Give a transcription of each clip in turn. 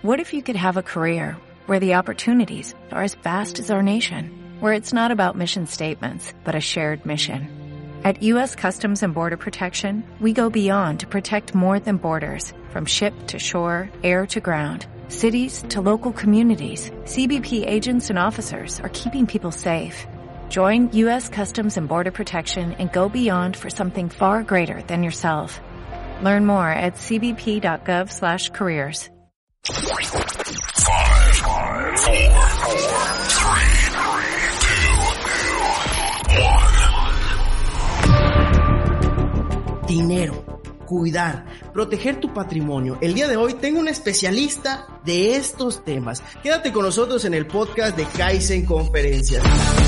What if you could have a career where the opportunities are as vast as our nation, where it's not about mission statements, but a shared mission? At U.S. Customs and Border Protection, we go beyond to protect more than borders. From ship to shore, air to ground, cities to local communities, CBP agents and officers are keeping people safe. Join U.S. Customs and Border Protection and go beyond for something far greater than yourself. Learn more at cbp.gov/careers. 5, 4, 3, 2, 1. Dinero, cuidar, proteger tu patrimonio. El día de hoy tengo un especialista de estos temas. Quédate con nosotros en el podcast de Kaizen Conferencias.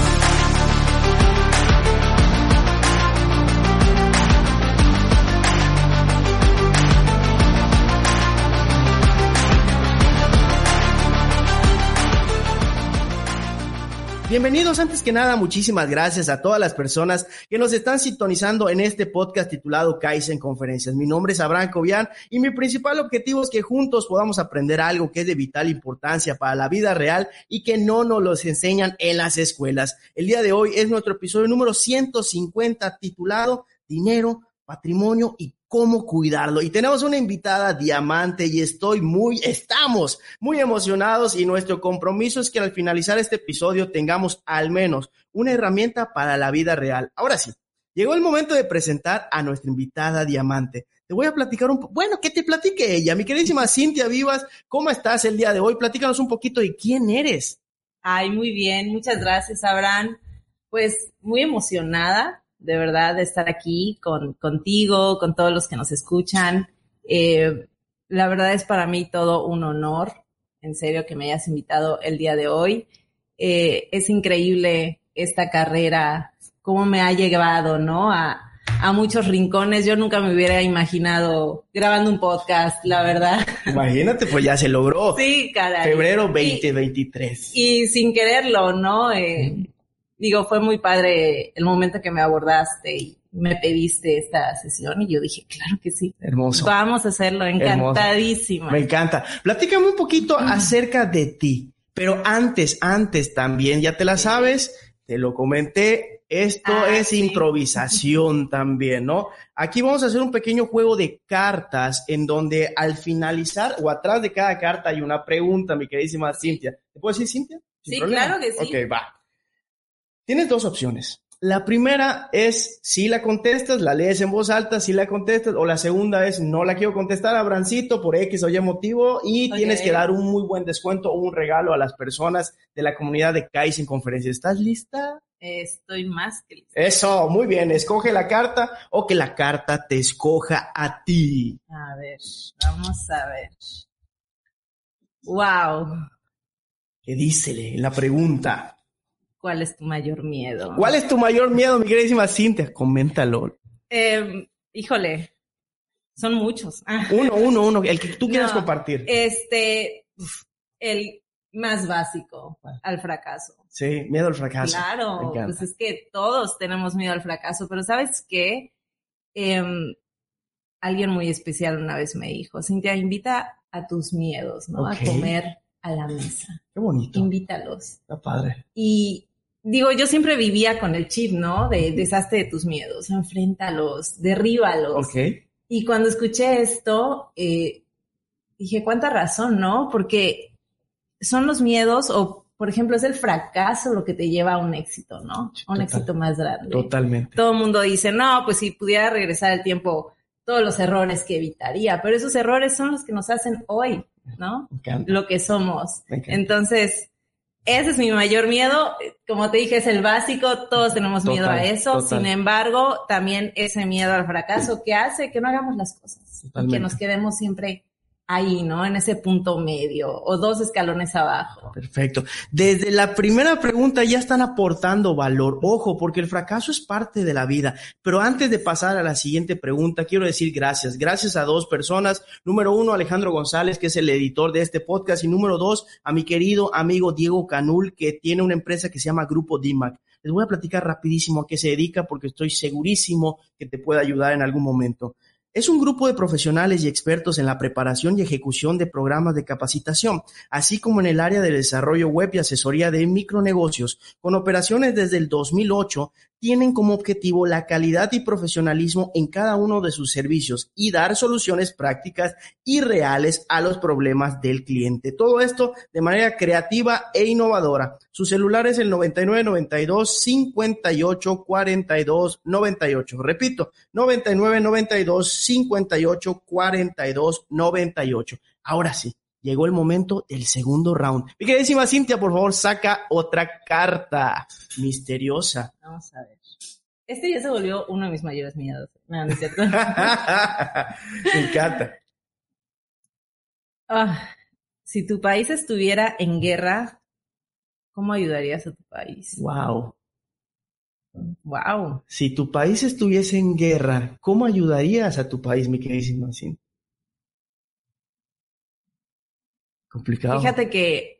Bienvenidos. Antes que nada, muchísimas gracias a todas las personas que nos están sintonizando en este podcast titulado Kaizen Conferencias. Mi nombre es Abraham Cobian y mi principal objetivo es que juntos podamos aprender algo que es de vital importancia para la vida real y que no nos los enseñan en las escuelas. El día de hoy es nuestro episodio número 150 titulado Dinero, Patrimonio y cómo cuidarlo. Y tenemos una invitada diamante y estamos muy emocionados, y nuestro compromiso es que al finalizar este episodio tengamos al menos una herramienta para la vida real. Ahora sí, llegó el momento de presentar a nuestra invitada diamante. Te voy a platicar que te platique ella. Mi queridísima Cintia Vivas, ¿cómo estás el día de hoy? Platícanos un poquito de quién eres. Ay, muy bien. Muchas gracias, Abraham. Pues muy emocionada, de verdad, de estar aquí contigo, con todos los que nos escuchan. La verdad es para mí todo un honor, en serio, que me hayas invitado el día de hoy. Es increíble esta carrera, cómo me ha llevado, ¿no? A muchos rincones. Yo nunca me hubiera imaginado grabando un podcast, la verdad. Imagínate, pues ya se logró. Sí, caray. Febrero 2023. Y sin quererlo, ¿no? Digo, fue muy padre el momento que me abordaste y me pediste esta sesión y yo dije, claro que sí. Hermoso. Vamos a hacerlo, encantadísima. Hermoso. Me encanta. Platícame un poquito acerca de ti, pero antes también, ya te la sabes, te lo comenté, esto es sí. Improvisación también, ¿no? Aquí vamos a hacer un pequeño juego de cartas en donde al finalizar o atrás de cada carta hay una pregunta, mi queridísima Cintia. ¿Te puedo decir Cintia? Sí, claro que sí. Ok, va. Tienes dos opciones. La primera es si la contestas, la lees en voz alta, si la contestas, o la segunda es no la quiero contestar, Abrancito, por X o Y motivo, y tienes que dar un muy buen descuento o un regalo a las personas de la comunidad de Kaizen Conferencias. ¿Estás lista? Estoy más que lista. Eso, muy bien. Escoge la carta o que la carta te escoja a ti. A ver, vamos a ver. Wow. ¿Qué dícele la pregunta? ¿Cuál es tu mayor miedo? ¿Cuál es tu mayor miedo, mi queridísima Cintia? Coméntalo. Híjole, son muchos. Uno, el que tú quieras compartir. El más básico, al fracaso. Sí, miedo al fracaso. Claro, pues es que todos tenemos miedo al fracaso, pero ¿sabes qué? Alguien muy especial una vez me dijo, Cintia, invita a tus miedos, ¿no? Okay. A comer a la mesa. Qué bonito. Invítalos. Está padre. Y digo, yo siempre vivía con el chip, ¿no? De deshazte de tus miedos, enfréntalos, derríbalos. Ok. Y cuando escuché esto, dije, cuánta razón, ¿no? Porque son los miedos, o por ejemplo, es el fracaso lo que te lleva a un éxito, ¿no? Un éxito más grande. Totalmente. Todo el mundo dice, no, pues si pudiera regresar el tiempo, todos los errores que evitaría, pero esos errores son los que nos hacen hoy, ¿no? Me encanta. Lo que somos. Me encanta. Entonces, ese es mi mayor miedo. Como te dije, es el básico. Todos tenemos miedo a eso. Sin embargo, también ese miedo al fracaso que hace que no hagamos las cosas. Totalmente. Y que nos quedemos siempre ahí, ¿no? En ese punto medio o 2 escalones abajo. Perfecto. Desde la primera pregunta ya están aportando valor. Ojo, porque el fracaso es parte de la vida. Pero antes de pasar a la siguiente pregunta, quiero decir gracias. Gracias a 2 personas. Número 1, Alejandro González, que es el editor de este podcast. Y número 2, a mi querido amigo Diego Canul, que tiene una empresa que se llama Grupo DIMAC. Les voy a platicar rapidísimo a qué se dedica porque estoy segurísimo que te puede ayudar en algún momento. Es un grupo de profesionales y expertos en la preparación y ejecución de programas de capacitación, así como en el área de desarrollo web y asesoría de micronegocios, con operaciones desde el 2008, tienen como objetivo la calidad y profesionalismo en cada uno de sus servicios y dar soluciones prácticas y reales a los problemas del cliente. Todo esto de manera creativa e innovadora. Su celular es el 9992-584298. Repito, 9992-584298. Ahora sí, llegó el momento del segundo round. Mi queridísima Cintia, por favor, saca otra carta misteriosa. Vamos a ver. Este ya se volvió uno de mis mayores miedos. No, no es cierto. Me encanta. Si tu país estuviera en guerra, ¿cómo ayudarías a tu país? Wow. Wow. Si tu país estuviese en guerra, ¿cómo ayudarías a tu país, mi queridísima Cintia? Complicado. Fíjate que,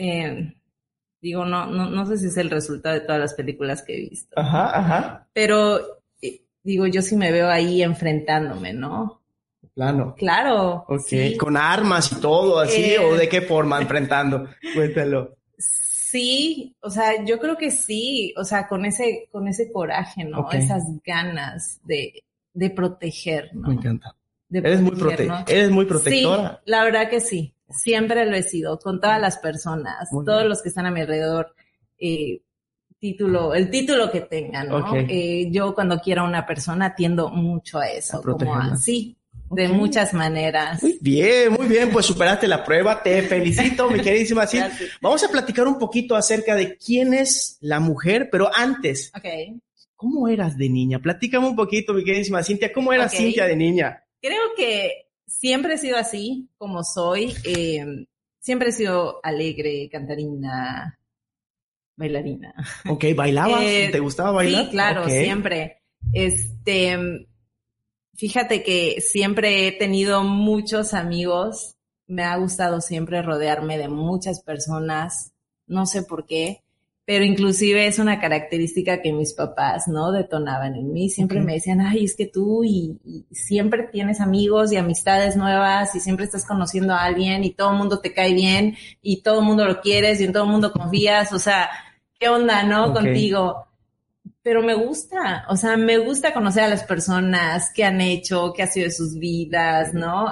no sé si es el resultado de todas las películas que he visto. Ajá. Pero, yo sí me veo ahí enfrentándome, ¿no? Plano. Claro. Ok, sí. con armas y todo así, ¿o de qué forma enfrentando? Cuéntalo. Sí, o sea, yo creo que sí, o sea, con ese coraje, ¿no? Okay. Esas ganas de proteger, ¿no? Me encanta. De Eres muy protectora. Sí, la verdad que sí. Siempre lo he sido, con todas las personas, todos los que están a mi alrededor, el título que tengan, ¿no? Okay. Yo cuando quiero a una persona tiendo mucho a eso, a protegerla. De muchas maneras. Muy bien, pues superaste la prueba, te felicito, mi queridísima Cintia. Vamos a platicar un poquito acerca de quién es la mujer, pero antes, ¿cómo eras de niña? Platícame un poquito, mi queridísima Cintia, ¿cómo eras Cintia de niña? Creo que siempre he sido así, como soy. Siempre he sido alegre, cantarina, bailarina. Ok, ¿bailabas? ¿Te gustaba bailar? Sí, claro, siempre. Fíjate que siempre he tenido muchos amigos. Me ha gustado siempre rodearme de muchas personas. No sé por qué, pero inclusive es una característica que mis papás, ¿no? Detonaban en mí. Siempre me decían, ay, es que tú y siempre tienes amigos y amistades nuevas y siempre estás conociendo a alguien y todo el mundo te cae bien y todo el mundo lo quieres y en todo el mundo confías. O sea, ¿qué onda, no? Contigo. Pero me gusta, o sea, me gusta conocer a las personas, qué han hecho, qué ha sido de sus vidas, ¿no?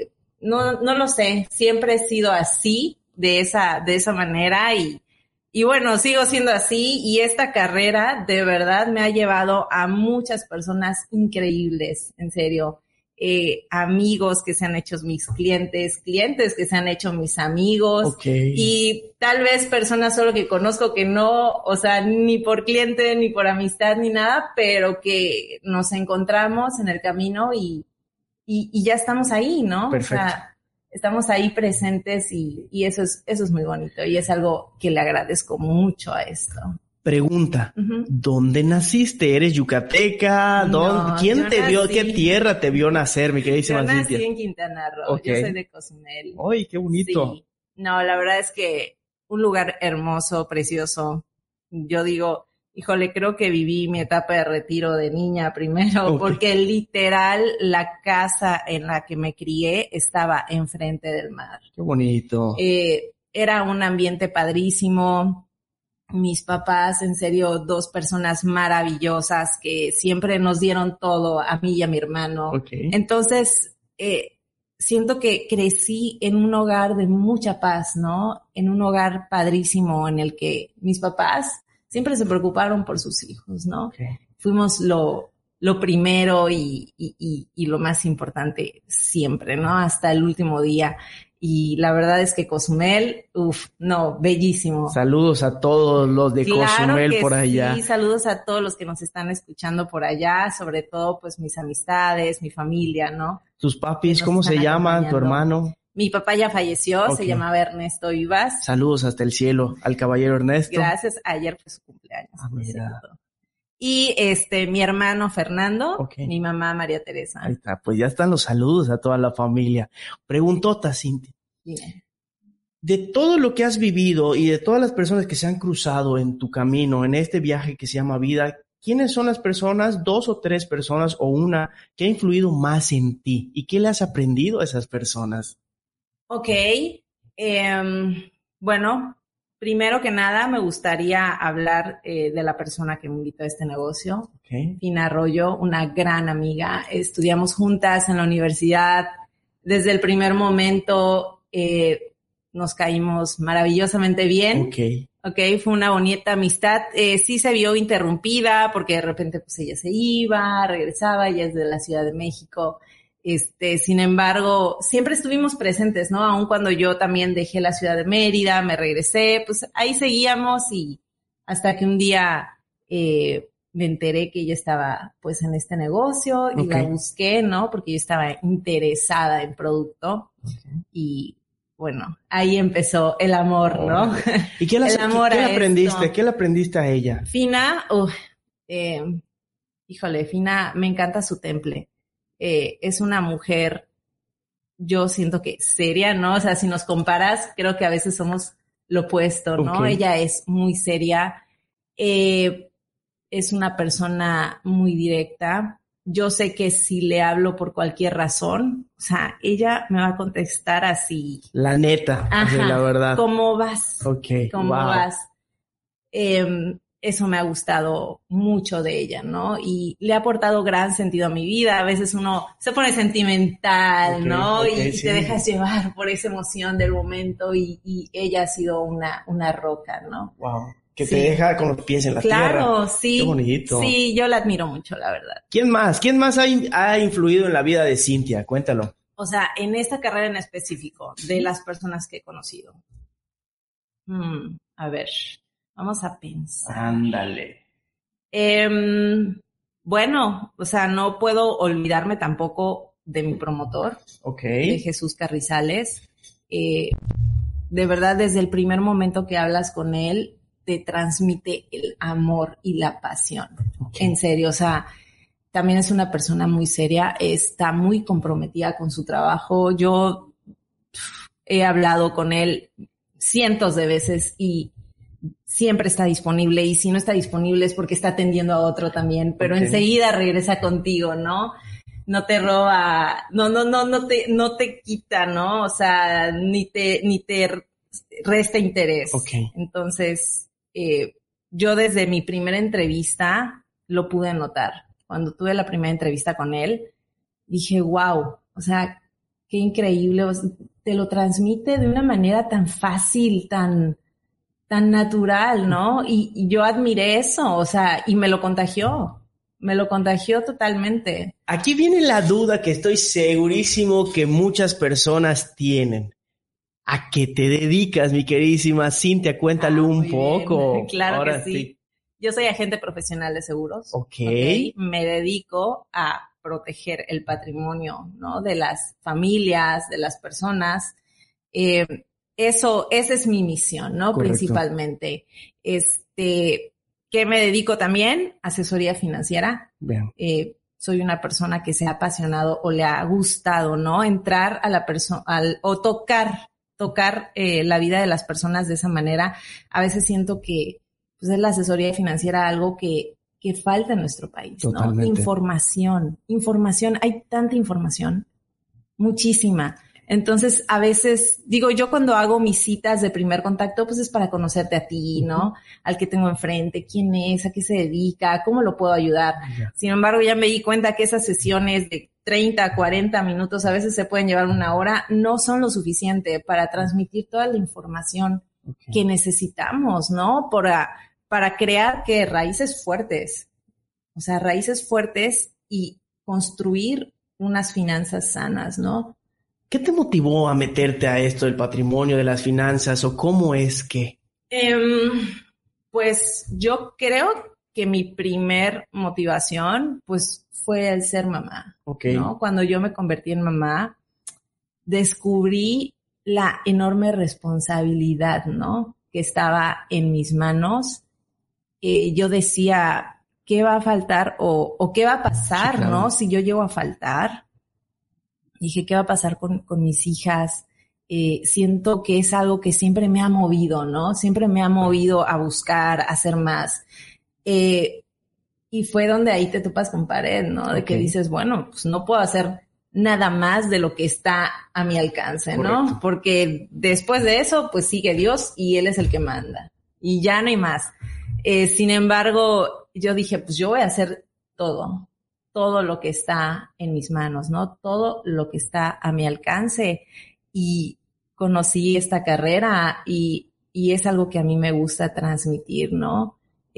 No lo sé, siempre he sido así, de esa manera y bueno, sigo siendo así y esta carrera de verdad me ha llevado a muchas personas increíbles, en serio. Amigos que se han hecho mis clientes que se han hecho mis amigos y tal vez personas solo que conozco que no, o sea, ni por cliente, ni por amistad, ni nada, pero que nos encontramos en el camino y ya estamos ahí, ¿no? Perfecto. O sea, estamos ahí presentes y eso es muy bonito y es algo que le agradezco mucho a esto. Pregunta, ¿dónde naciste? ¿Eres yucateca? ¿Quién te vio? ¿Qué tierra te vio nacer, mi queridísima Cintia? Yo nací en Quintana Roo, yo soy de Cozumel. ¡Ay, qué bonito! Sí. No, la verdad es que un lugar hermoso, precioso. Yo digo, híjole, creo que viví mi etapa de retiro de niña primero, porque literal la casa en la que me crié estaba enfrente del mar. ¡Qué bonito! Era un ambiente padrísimo. Mis papás, en serio, 2 personas maravillosas que siempre nos dieron todo a mí y a mi hermano. Entonces, siento que crecí en un hogar de mucha paz, ¿no? En un hogar padrísimo en el que mis papás siempre se preocuparon por sus hijos, ¿no? Fuimos lo primero y lo más importante siempre, ¿no? Hasta el último día. Y la verdad es que Cozumel, bellísimo. Saludos a todos los de Cozumel por allá. Sí, saludos a todos los que nos están escuchando por allá, sobre todo pues mis amistades, mi familia, ¿no? ¿Tus papis cómo se llaman? ¿Tu hermano? Mi papá ya falleció, se llamaba Ernesto Vivas. Saludos hasta el cielo al caballero Ernesto. Gracias, ayer fue su cumpleaños. Y mi hermano Fernando, mi mamá María Teresa. Ahí está, pues ya están los saludos a toda la familia. Preguntota, Cintia. Bien. De todo lo que has vivido y de todas las personas que se han cruzado en tu camino, en este viaje que se llama vida, ¿quiénes son las personas, 2 o 3 personas o una, que ha influido más en ti? ¿Y qué le has aprendido a esas personas? Ok, bueno, primero que nada me gustaría hablar de la persona que me invitó a este negocio, Okay. Fina Arroyo, una gran amiga. Estudiamos juntas en la universidad. Desde el primer momento nos caímos maravillosamente bien. Ok, fue una bonita amistad. Sí se vio interrumpida porque de repente pues ella se iba, regresaba, ella es de la Ciudad de México. Sin embargo, siempre estuvimos presentes, ¿no? Aun cuando yo también dejé la ciudad de Mérida, me regresé, pues ahí seguíamos y hasta que un día me enteré que ella estaba pues en este negocio y la busqué, ¿no? Porque yo estaba interesada en producto y bueno, ahí empezó el amor, ¿no? ¿Y qué le aprendiste? ¿Qué le aprendiste a ella? Fina, híjole, Fina, me encanta su temple. Es una mujer, yo siento que seria, ¿no? O sea, si nos comparas, creo que a veces somos lo opuesto, ¿no? Ella es muy seria, es una persona muy directa. Yo sé que si le hablo por cualquier razón, o sea, ella me va a contestar así. La neta, así, la verdad. ¿Cómo vas? ¿Cómo vas? Eso me ha gustado mucho de ella, ¿no? Y le ha aportado gran sentido a mi vida. A veces uno se pone sentimental, ¿no? Y te dejas llevar por esa emoción del momento y ella ha sido una roca, ¿no? Wow. Que te deja con los pies en la tierra. Claro, sí. Qué bonito. Sí, yo la admiro mucho, la verdad. ¿Quién más ha influido en la vida de Cintia? Cuéntalo. O sea, en esta carrera en específico, de las personas que he conocido. A ver, vamos a pensar. Ándale. Bueno, o sea, no puedo olvidarme tampoco de mi promotor, de Jesús Carrizales. De verdad, desde el primer momento que hablas con él, te transmite el amor y la pasión. En serio, o sea, también es una persona muy seria, está muy comprometida con su trabajo. Yo he hablado con él cientos de veces y siempre está disponible, y si no está disponible es porque está atendiendo a otro también, pero enseguida regresa contigo, ¿no? No te roba, no te quita, ¿no? O sea, ni te resta interés. Entonces, yo desde mi primera entrevista lo pude notar. Cuando tuve la primera entrevista con él, dije, wow, o sea, qué increíble, o sea, te lo transmite de una manera tan fácil, tan natural, ¿no? Y yo admiré eso, o sea, y me lo contagió totalmente. Aquí viene la duda que estoy segurísimo que muchas personas tienen. ¿A qué te dedicas, mi queridísima Cintia? Cuéntale un poco. Bien. Claro. Ahora que sí. Yo soy agente profesional de seguros. Me dedico a proteger el patrimonio, ¿no? De las familias, de las personas. Esa es mi misión, ¿no? Correcto. Principalmente. ¿Qué me dedico también? Asesoría financiera. Bien. Soy una persona que se ha apasionado o le ha gustado, ¿no? Entrar a la persona, o tocar la vida de las personas de esa manera. A veces siento que pues, es la asesoría financiera algo que falta en nuestro país, Totalmente. ¿no? Información, hay tanta información, muchísima. Entonces, a veces, digo, yo cuando hago mis citas de primer contacto, pues es para conocerte a ti, ¿no? Al que tengo enfrente, quién es, a qué se dedica, cómo lo puedo ayudar. Sin embargo, ya me di cuenta que esas sesiones de 30, 40 minutos, a veces se pueden llevar 1 hora, no son lo suficiente para transmitir toda la información que necesitamos, ¿no? Para crear raíces fuertes. O sea, raíces fuertes y construir unas finanzas sanas, ¿no? ¿Qué te motivó a meterte a esto del patrimonio, de las finanzas, o cómo es que? Pues yo creo que mi primer motivación, pues, fue el ser mamá, ¿no? Cuando yo me convertí en mamá, descubrí la enorme responsabilidad, ¿no? Que estaba en mis manos. Yo decía, ¿qué va a faltar o qué va a pasar, claro, ¿no? Si yo llego a faltar. Dije, ¿qué va a pasar con mis hijas? Siento que es algo que siempre me ha movido, ¿no? Siempre me ha movido a buscar, a hacer más. Y fue donde ahí te topas con pared, ¿no? De que dices, bueno, pues no puedo hacer nada más de lo que está a mi alcance, ¿no? Correcto. Porque después de eso, pues sigue Dios y Él es el que manda. Y ya no hay más. Sin embargo, yo dije, pues yo voy a hacer todo lo que está en mis manos, ¿no? Todo lo que está a mi alcance. Y conocí esta carrera y es algo que a mí me gusta transmitir, ¿no?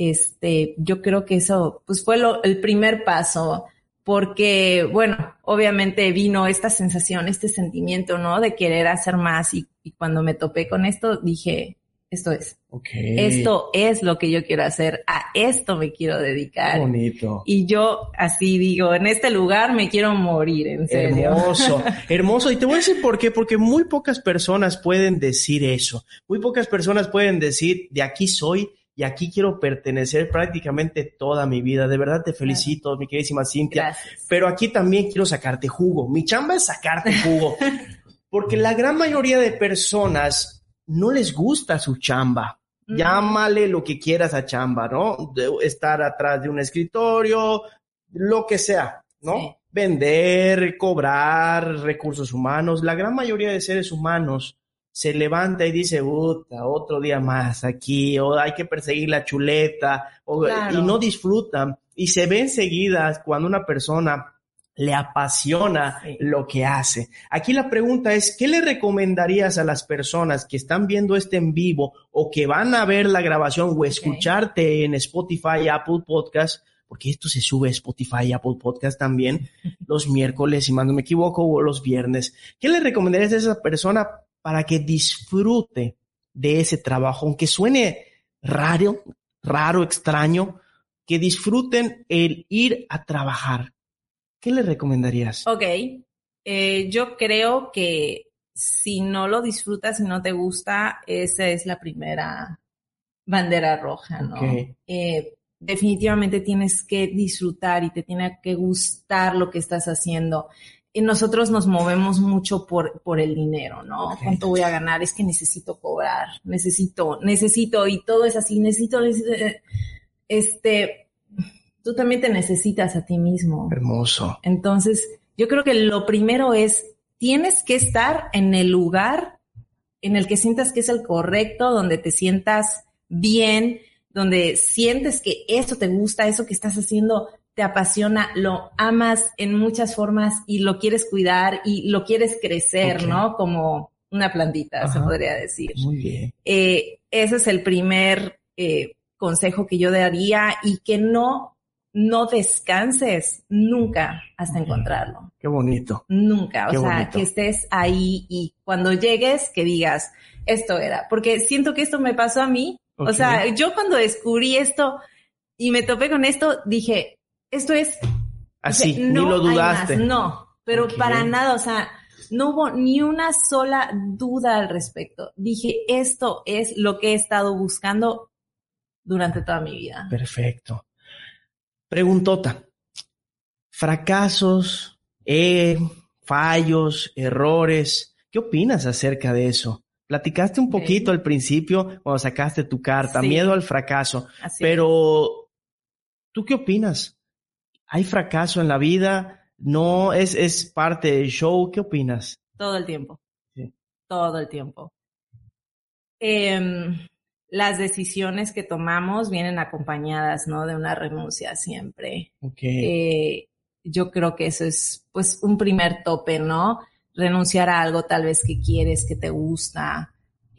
Yo creo que eso, pues fue el primer paso, porque, bueno, obviamente vino esta sensación, este sentimiento, ¿no? De querer hacer más y cuando me topé con esto, dije, esto es. Esto es lo que yo quiero hacer, a esto me quiero dedicar. Qué bonito. Y yo así digo, en este lugar me quiero morir, en serio. Hermoso, hermoso. Y te voy a decir por qué, porque muy pocas personas pueden decir eso. Muy pocas personas pueden decir, de aquí soy y aquí quiero pertenecer prácticamente toda mi vida. De verdad te felicito, claro, mi queridísima Cintia. Gracias. Pero aquí también quiero sacarte jugo. Mi chamba es sacarte jugo. Porque la gran mayoría de personas no les gusta su chamba. Llámale lo que quieras a chamba, ¿no? De estar atrás de un escritorio, lo que sea, ¿no? Sí. Vender, cobrar, recursos humanos. La gran mayoría de seres humanos se levanta y dice, puta, otro día más aquí, o hay que perseguir la chuleta, claro, y no disfrutan. Y se ve enseguida cuando una persona le apasiona lo que hace. Aquí la pregunta es, ¿qué le recomendarías a las personas que están viendo este en vivo o que van a ver la grabación o escucharte en Spotify, Apple Podcast, porque esto se sube a Spotify y Apple Podcast también los miércoles, si más no me equivoco, o los viernes? ¿Qué le recomendarías a esa persona para que disfrute de ese trabajo? Aunque suene raro, extraño, que disfruten el ir a trabajar. ¿Qué le recomendarías? Ok, yo creo que si no lo disfrutas, si no te gusta, esa es la primera bandera roja, ¿no? Okay. Definitivamente tienes que disfrutar y te tiene que gustar lo que estás haciendo. Y nosotros nos movemos mucho por el dinero, ¿no? Okay. ¿Cuánto voy a ganar? Es que necesito cobrar, necesito, y todo es así, necesito. Tú también te necesitas a ti mismo. Hermoso. Entonces, yo creo que lo primero es, tienes que estar en el lugar en el que sientas que es el correcto, donde te sientas bien, donde sientes que eso te gusta, eso que estás haciendo te apasiona, lo amas en muchas formas y lo quieres cuidar y lo quieres crecer, okay, ¿no? Como una plantita, se podría decir. Muy bien. Ese es el primer consejo que yo daría, y que no descanses nunca hasta encontrarlo. Qué bonito. Nunca, Qué o sea, bonito. Que estés ahí y cuando llegues que digas, esto era, porque siento que esto me pasó a mí. Okay. O sea, yo cuando descubrí esto y me topé con esto, dije, esto es... Así, dije, ni no lo dudaste. Hay más, no, pero okay, para nada, o sea, no hubo ni una sola duda al respecto. Dije, esto es lo que he estado buscando durante toda mi vida. Perfecto. Preguntota. Fracasos, fallos, errores. ¿Qué opinas acerca de eso? Platicaste un poquito al principio cuando sacaste tu carta, sí, miedo al fracaso. Así pero, ¿tú qué opinas? ¿Hay fracaso en la vida? ¿No es parte del show? ¿Qué opinas? Todo el tiempo. Sí. Todo el tiempo. Las decisiones que tomamos vienen acompañadas, ¿no? De una renuncia siempre. Okay. Yo creo que eso es, pues, un primer tope, ¿no? Renunciar a algo tal vez que quieres, que te gusta.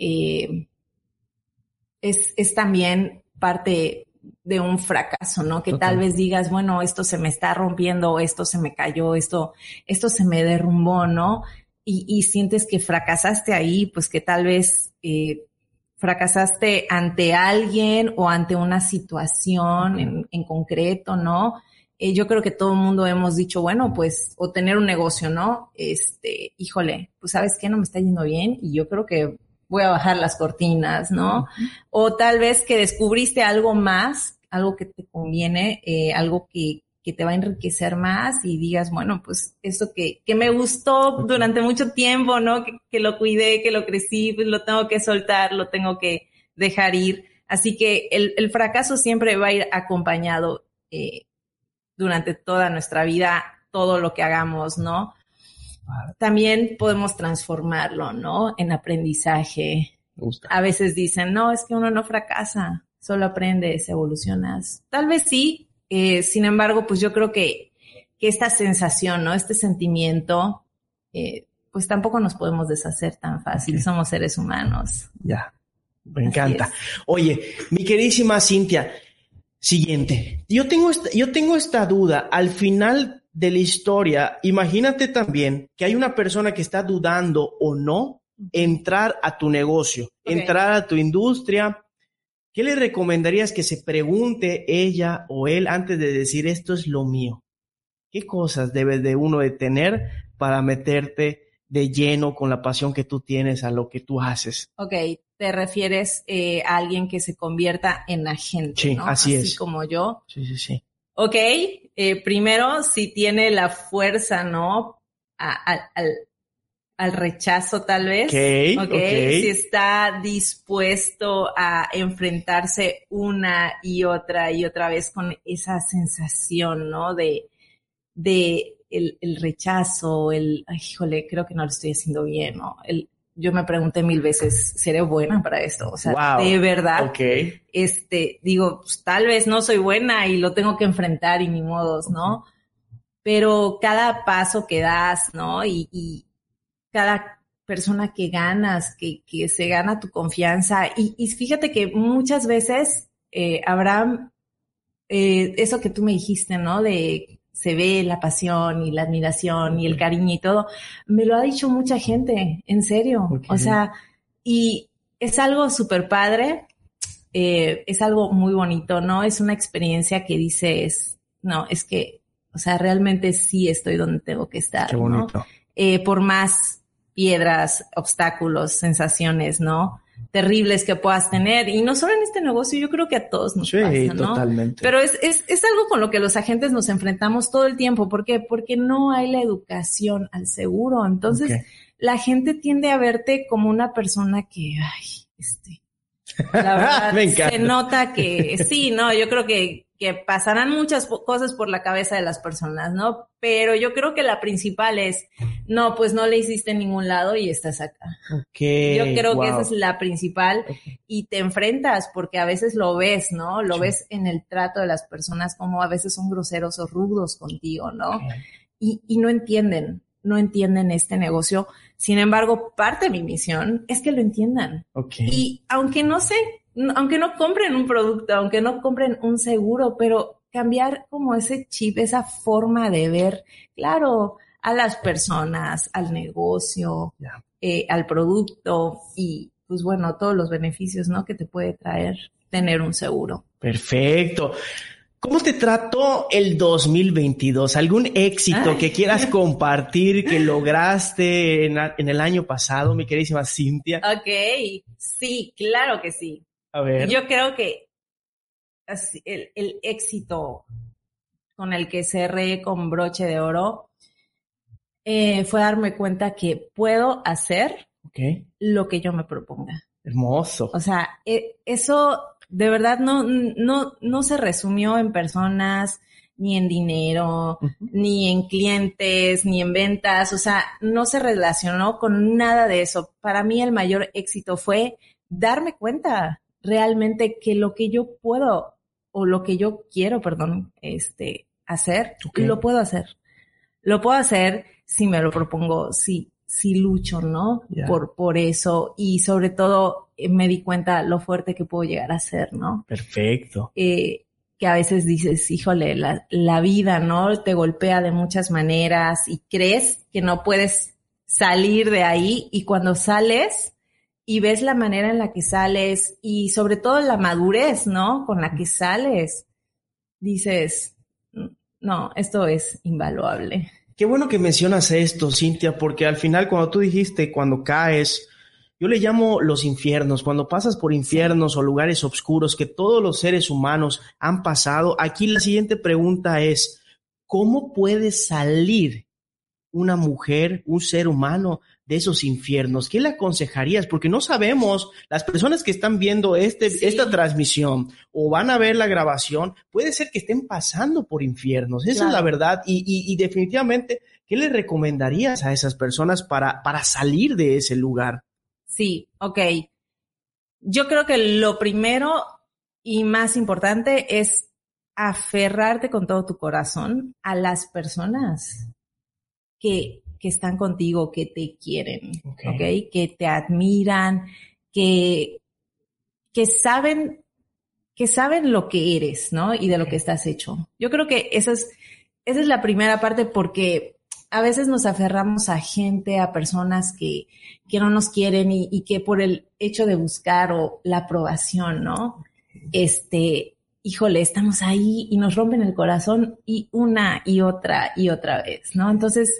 Es también parte de un fracaso, ¿no? Que tal vez digas, bueno, esto se me está rompiendo, esto se me cayó, esto se me derrumbó, ¿no? Y sientes que fracasaste ahí, pues que tal vez... fracasaste ante alguien o ante una situación en concreto, ¿no? Yo creo que todo el mundo hemos dicho, bueno, pues, o tener un negocio, ¿no? Híjole, pues, ¿sabes qué? No me está yendo bien y yo creo que voy a bajar las cortinas, ¿no? O tal vez que descubriste algo más, algo que te conviene, algo que te va a enriquecer más y digas, bueno, pues esto que me gustó durante mucho tiempo, ¿no? Que lo cuidé, que lo crecí, pues lo tengo que soltar, lo tengo que dejar ir. Así que el fracaso siempre va a ir acompañado durante toda nuestra vida, todo lo que hagamos, ¿no? También podemos transformarlo, ¿no? En aprendizaje. A veces dicen, no, es que uno no fracasa, solo aprendes, evolucionas. Tal vez sí, sin embargo, pues yo creo que esta sensación, ¿no? Este sentimiento, pues tampoco nos podemos deshacer tan fácil. Somos seres humanos. Ya, me encanta. Oye, mi queridísima Cintia, siguiente. Yo tengo esta duda. Al final de la historia, imagínate también que hay una persona que está dudando o no entrar a tu negocio, entrar a tu industria. ¿Qué le recomendarías que se pregunte ella o él antes de decir esto es lo mío? ¿Qué cosas debes de uno de tener para meterte de lleno con la pasión que tú tienes a lo que tú haces? Ok, te refieres a alguien que se convierta en agente, sí, ¿no? Así es. Como yo. Sí. Ok, primero, si tiene la fuerza, ¿no? Al rechazo, tal vez. Okay. Si está dispuesto a enfrentarse una y otra vez con esa sensación, ¿no? De el rechazo, híjole, creo que no lo estoy haciendo bien, ¿no? Yo me pregunté 1000 veces, ¿seré buena para esto? O sea, de verdad, digo, pues, tal vez no soy buena y lo tengo que enfrentar y ni modos, ¿no? Pero cada paso que das, ¿no? Y cada persona que ganas, que se gana tu confianza. Y fíjate que muchas veces, Abraham, eso que tú me dijiste, ¿no? De se ve la pasión y la admiración y el cariño y todo, me lo ha dicho mucha gente, en serio. O sea, y es algo súper padre, es algo muy bonito, ¿no? Es una experiencia que dices, no, es que, o sea, realmente sí estoy donde tengo que estar, qué bonito. ¿No? Por más piedras, obstáculos, sensaciones, ¿no? Terribles que puedas tener. Y no solo en este negocio, yo creo que a todos nos pasa, ¿no? Totalmente. Pero es algo con lo que los agentes nos enfrentamos todo el tiempo. ¿Por qué? Porque no hay la educación al seguro. Entonces, la gente tiende a verte como una persona que, la verdad, me encanta. Se nota que sí, ¿no? Yo creo que pasarán muchas cosas por la cabeza de las personas, ¿no? Pero yo creo que la principal es, no, pues no le hiciste en ningún lado y estás acá. Yo creo que esa es la principal y te enfrentas porque a veces lo ves, ¿no? Lo ves en el trato de las personas como a veces son groseros o rudos contigo, ¿no? Y no entienden este negocio. Sin embargo, parte de mi misión es que lo entiendan. Y aunque no compren un producto, aunque no compren un seguro, pero cambiar como ese chip, esa forma de ver, claro, a las personas, al negocio, al producto y, pues bueno, todos los beneficios, ¿no? Que te puede traer tener un seguro. Perfecto. ¿Cómo te trató el 2022? ¿Algún éxito que quieras compartir que lograste en el año pasado, mi queridísima Cintia? Sí, claro que sí. A ver. Yo creo que el éxito con el que cerré con broche de oro fue darme cuenta que puedo hacer lo que yo me proponga. Hermoso. O sea, eso de verdad no se resumió en personas, ni en dinero, ni en clientes, ni en ventas. O sea, no se relacionó con nada de eso. Para mí el mayor éxito fue darme cuenta realmente que lo que yo puedo o lo que yo quiero, hacer, lo puedo hacer. Lo puedo hacer si me lo propongo, si lucho, ¿no? Por eso y sobre todo me di cuenta lo fuerte que puedo llegar a ser, ¿no? Perfecto. Que a veces dices, híjole, la vida, ¿no? Te golpea de muchas maneras y crees que no puedes salir de ahí y cuando sales y ves la manera en la que sales y sobre todo la madurez, ¿no? Con la que sales, dices, no, esto es invaluable. Qué bueno que mencionas esto, Cintia, porque al final cuando tú dijiste, cuando caes, yo le llamo los infiernos, cuando pasas por infiernos o lugares oscuros que todos los seres humanos han pasado, aquí la siguiente pregunta es, ¿cómo puede salir una mujer, un ser humano de esos infiernos? ¿Qué le aconsejarías? Porque no sabemos, las personas que están viendo esta transmisión o van a ver la grabación, puede ser que estén pasando por infiernos. Esa es la verdad. Y definitivamente, ¿qué le recomendarías a esas personas para salir de ese lugar? Sí, ok. Yo creo que lo primero y más importante es aferrarte con todo tu corazón a las personas que están contigo, que te quieren, ¿ok? Que te admiran, que saben lo que eres, ¿no? Y de lo que estás hecho. Yo creo que esa es la primera parte, porque a veces nos aferramos a gente, a personas que no nos quieren y que por el hecho de buscar o la aprobación, ¿no? Híjole, estamos ahí y nos rompen el corazón y una y otra vez, ¿no? Entonces,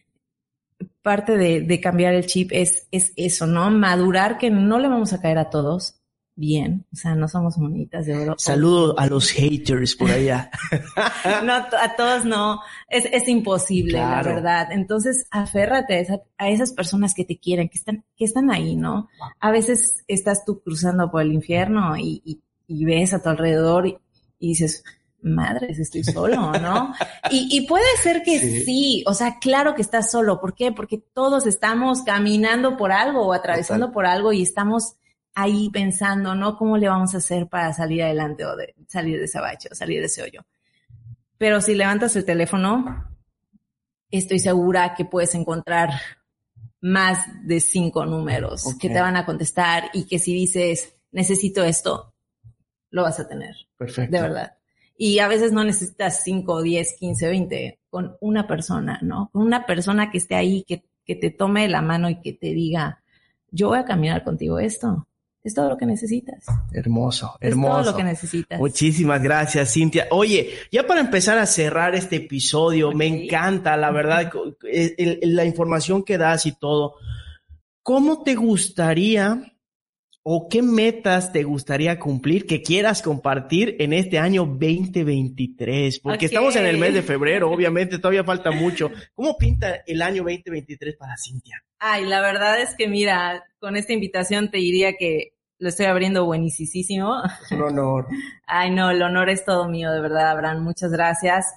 parte de cambiar el chip es eso, ¿no? Madurar, que no le vamos a caer a todos bien, o sea, no somos monitas de oro. Saludo a los haters por allá. No, a todos no, es imposible, claro. La verdad. Entonces, aférrate a esas personas que te quieren, que están ahí, ¿no? A veces estás tú cruzando por el infierno y ves a tu alrededor y dices, madres, estoy solo, ¿no? Y puede ser que sí, o sea, claro que estás solo. ¿Por qué? Porque todos estamos caminando por algo o atravesando por algo y estamos ahí pensando, ¿no? ¿Cómo le vamos a hacer para salir adelante o salir de ese bache o salir de ese hoyo? Pero si levantas el teléfono, estoy segura que puedes encontrar más de 5 números que te van a contestar, y que si dices, necesito esto, lo vas a tener. Perfecto. De verdad. Y a veces no necesitas 5, 10, 15, 20, con una persona, ¿no? Con una persona que esté ahí, que te tome la mano y que te diga, yo voy a caminar contigo esto. Es todo lo que necesitas. Hermoso. Es todo lo que necesitas. Muchísimas gracias, Cintia. Oye, ya para empezar a cerrar este episodio, me encanta, la verdad, la información que das y todo. ¿Cómo te gustaría o qué metas te gustaría cumplir, que quieras compartir en este año 2023? Porque estamos en el mes de febrero, obviamente todavía falta mucho. ¿Cómo pinta el año 2023 para Cintia? Ay, la verdad es que mira, con esta invitación te diría que lo estoy abriendo buenísimo. Es un honor. Ay, no, el honor es todo mío, de verdad, Abraham. Muchas gracias.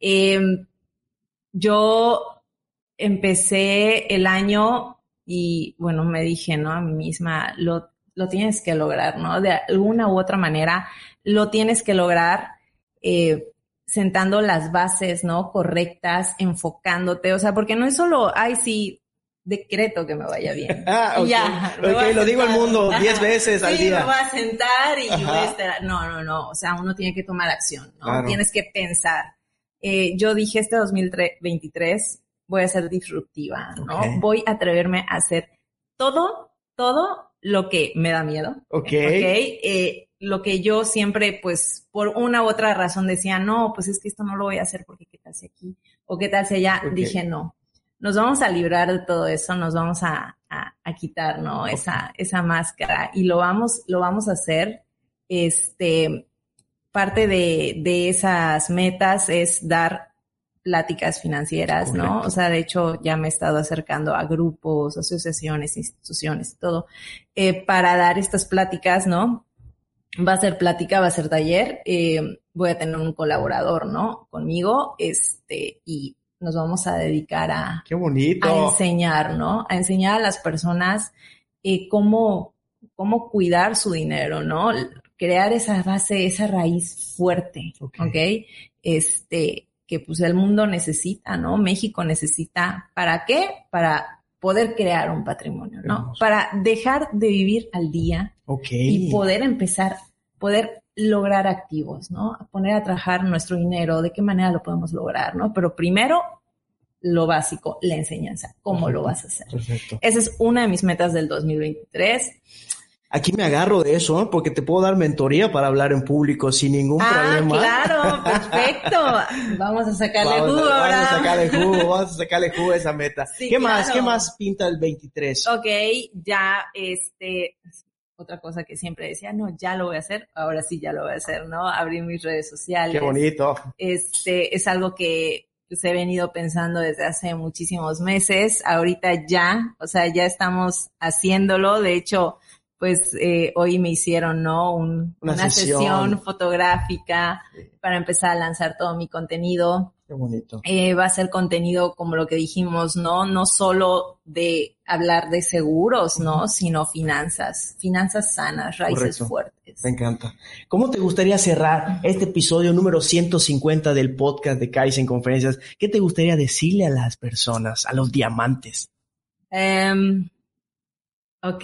Yo empecé el año y, bueno, me dije, ¿no? A mí misma, lo tienes que lograr, ¿no? De alguna u otra manera, lo tienes que lograr sentando las bases, ¿no? Correctas, enfocándote. O sea, porque no es solo, ay, sí, decreto que me vaya bien. Okay. Ya. Ok, lo digo al mundo 10 veces al día. Sí, me voy a sentar y voy a estar. No. O sea, uno tiene que tomar acción, ¿no? Claro. Tienes que pensar. Yo dije, este 2023 voy a ser disruptiva, ¿no? Okay. Voy a atreverme a hacer todo lo que me da miedo. Okay. Lo que yo siempre, pues, por una u otra razón decía, no, pues es que esto no lo voy a hacer porque qué tal si aquí o qué tal si allá. Okay. Dije, no. Nos vamos a librar de todo eso, nos vamos a quitar, ¿no? Okay. Esa máscara, y lo vamos a hacer. Parte de esas metas es dar pláticas financieras, correcto, ¿no? O sea, de hecho, ya me he estado acercando a grupos, asociaciones, instituciones, todo, para dar estas pláticas, ¿no? Va a ser plática, va a ser taller, voy a tener un colaborador, ¿no? Conmigo, y nos vamos a dedicar a... ¡Qué bonito! A enseñar, ¿no? A enseñar a las personas cómo cuidar su dinero, ¿no? Crear esa base, esa raíz fuerte, ¿ok? Que pues el mundo necesita, ¿no? México necesita, ¿para qué? Para poder crear un patrimonio, ¿no? Hermoso. Para dejar de vivir al día, y poder lograr activos, ¿no? A poner a trabajar nuestro dinero, ¿de qué manera lo podemos lograr, no? Pero primero, lo básico, la enseñanza, ¿cómo lo vas a hacer? Perfecto. Esa es una de mis metas del 2023. Aquí me agarro de eso, ¿eh? Porque te puedo dar mentoría para hablar en público sin ningún problema. Claro, perfecto. Vamos a sacarle jugo ahora. Vamos a sacarle jugo a esa meta. Sí, ¿Qué más pinta el 23? Ok, ya otra cosa que siempre decía, no, ya lo voy a hacer, ahora sí ya lo voy a hacer, ¿no? Abrir mis redes sociales. Qué bonito. Es algo que pues he venido pensando desde hace muchísimos meses. Ahorita ya, o sea, ya estamos haciéndolo. De hecho, pues hoy me hicieron, ¿no? Una sesión fotográfica para empezar a lanzar todo mi contenido. Qué bonito. Va a ser contenido como lo que dijimos, ¿no? No solo de hablar de seguros, ¿no? Sino finanzas sanas, raíces fuertes. Me encanta. ¿Cómo te gustaría cerrar este episodio número 150 del podcast de Kaizen Conferencias? ¿Qué te gustaría decirle a las personas, a los diamantes? Ok.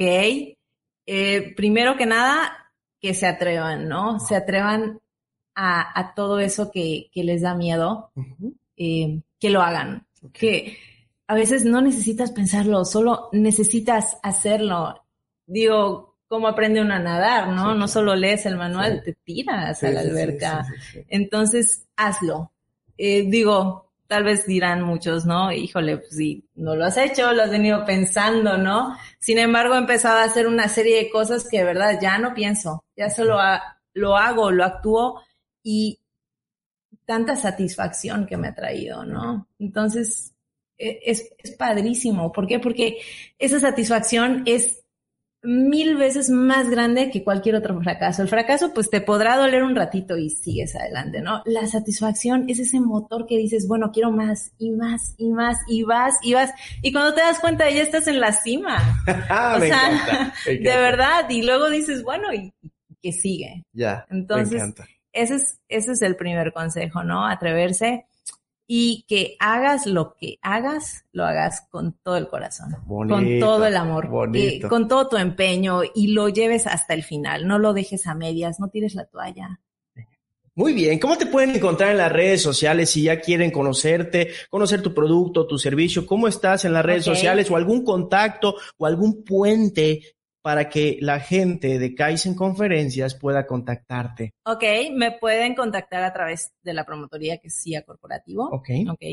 Primero que nada, que se atrevan, ¿no? Se atrevan a todo eso que les da miedo, que lo hagan. Okay. Que a veces no necesitas pensarlo, solo necesitas hacerlo. Digo, ¿cómo aprende uno a nadar, no? Sí, no solo lees el manual, te tiras a la alberca. Sí. Entonces, hazlo. Digo, tal vez dirán muchos, ¿no? Híjole, pues sí, no lo has hecho, lo has venido pensando, ¿no? Sin embargo, he empezado a hacer una serie de cosas que de verdad ya no pienso, ya solo lo hago, lo actúo y tanta satisfacción que me ha traído, ¿no? Entonces, es padrísimo. ¿Por qué? Porque esa satisfacción es 1000 veces más grande que cualquier otro fracaso. El fracaso, pues, te podrá doler un ratito y sigues adelante, ¿no? La satisfacción es ese motor que dices, bueno, quiero más y más y más y vas y vas. Y cuando te das cuenta, ya estás en la cima. Me encanta. De verdad. Y luego dices, bueno, ¿y qué sigue? Ya, entonces, me encanta. Ese es el primer consejo, ¿no? Atreverse y que hagas lo que hagas, lo hagas con todo el corazón, bonito, con todo el amor, con todo tu empeño y lo lleves hasta el final. No lo dejes a medias, no tires la toalla. Muy bien. ¿Cómo te pueden encontrar en las redes sociales si ya quieren conocerte, conocer tu producto, tu servicio? ¿Cómo estás en las redes sociales o algún contacto o algún puente para que la gente de Kaizen Conferencias pueda contactarte? Ok, me pueden contactar a través de la promotoría que es CIA Corporativo. Ok,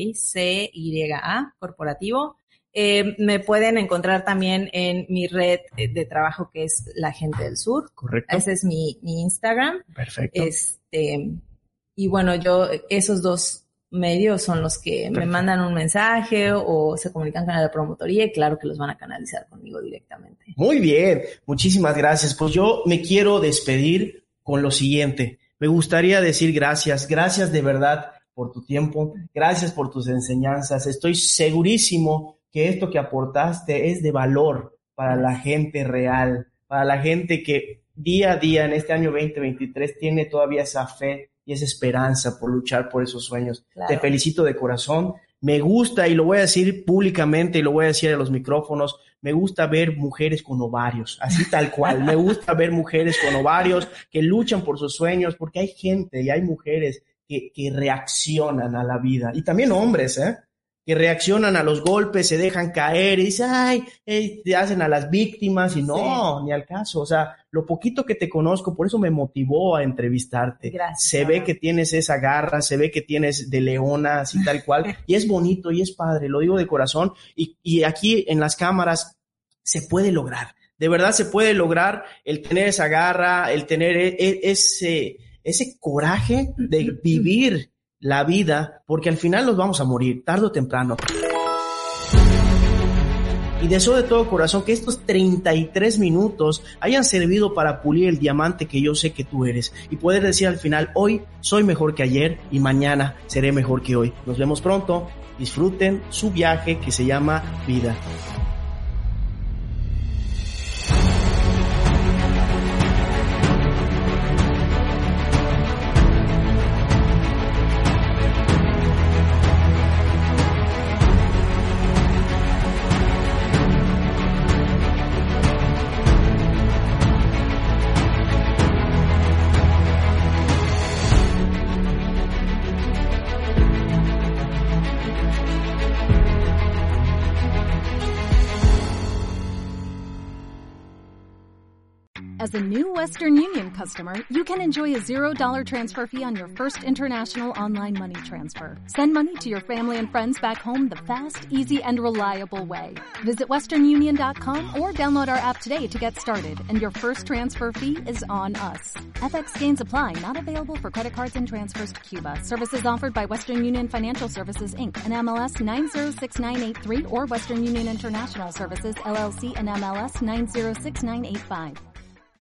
CYA Corporativo. Me pueden encontrar también en mi red de trabajo que es La Gente del Sur. Correcto. Ese es mi Instagram. Perfecto. Y bueno, esos dos medios son los que me mandan un mensaje o se comunican con la promotoría y claro que los van a canalizar conmigo directamente. Muy bien, muchísimas gracias. Pues yo me quiero despedir con lo siguiente. Me gustaría decir gracias de verdad por tu tiempo, gracias por tus enseñanzas. Estoy segurísimo que esto que aportaste es de valor para la gente real, para la gente que día a día en este año 2023 tiene todavía esa fe y esa esperanza por luchar por esos sueños. Claro. Te felicito de corazón. Me gusta, y lo voy a decir públicamente y lo voy a decir a los micrófonos, me gusta ver mujeres con ovarios, así tal cual. Me gusta ver mujeres con ovarios que luchan por sus sueños, porque hay gente y hay mujeres que reaccionan a la vida. Y también hombres, que reaccionan a los golpes, se dejan caer y dicen, te hacen a las víctimas y no, ni al caso. O sea, lo poquito que te conozco, por eso me motivó a entrevistarte. Gracias. Se ve que tienes esa garra, se ve que tienes de leona, así tal cual, y es bonito y es padre, lo digo de corazón, y aquí en las cámaras se puede lograr. De verdad se puede lograr el tener esa garra, el tener ese coraje de vivir la vida, porque al final nos vamos a morir, tarde o temprano. Y deseo de todo corazón que estos 33 minutos hayan servido para pulir el diamante que yo sé que tú eres y poder decir al final, hoy soy mejor que ayer y mañana seré mejor que hoy. Nos vemos pronto, disfruten su viaje que se llama vida. As a new Western Union customer, you can enjoy a $0 transfer fee on your first international online money transfer. Send money to your family and friends back home the fast, easy, and reliable way. Visit westernunion.com or download our app today to get started, and your first transfer fee is on us. FX gains apply, not available for credit cards and transfers to Cuba. Services offered by Western Union Financial Services, Inc., and MLS 906983, or Western Union International Services, LLC, and MLS 906985.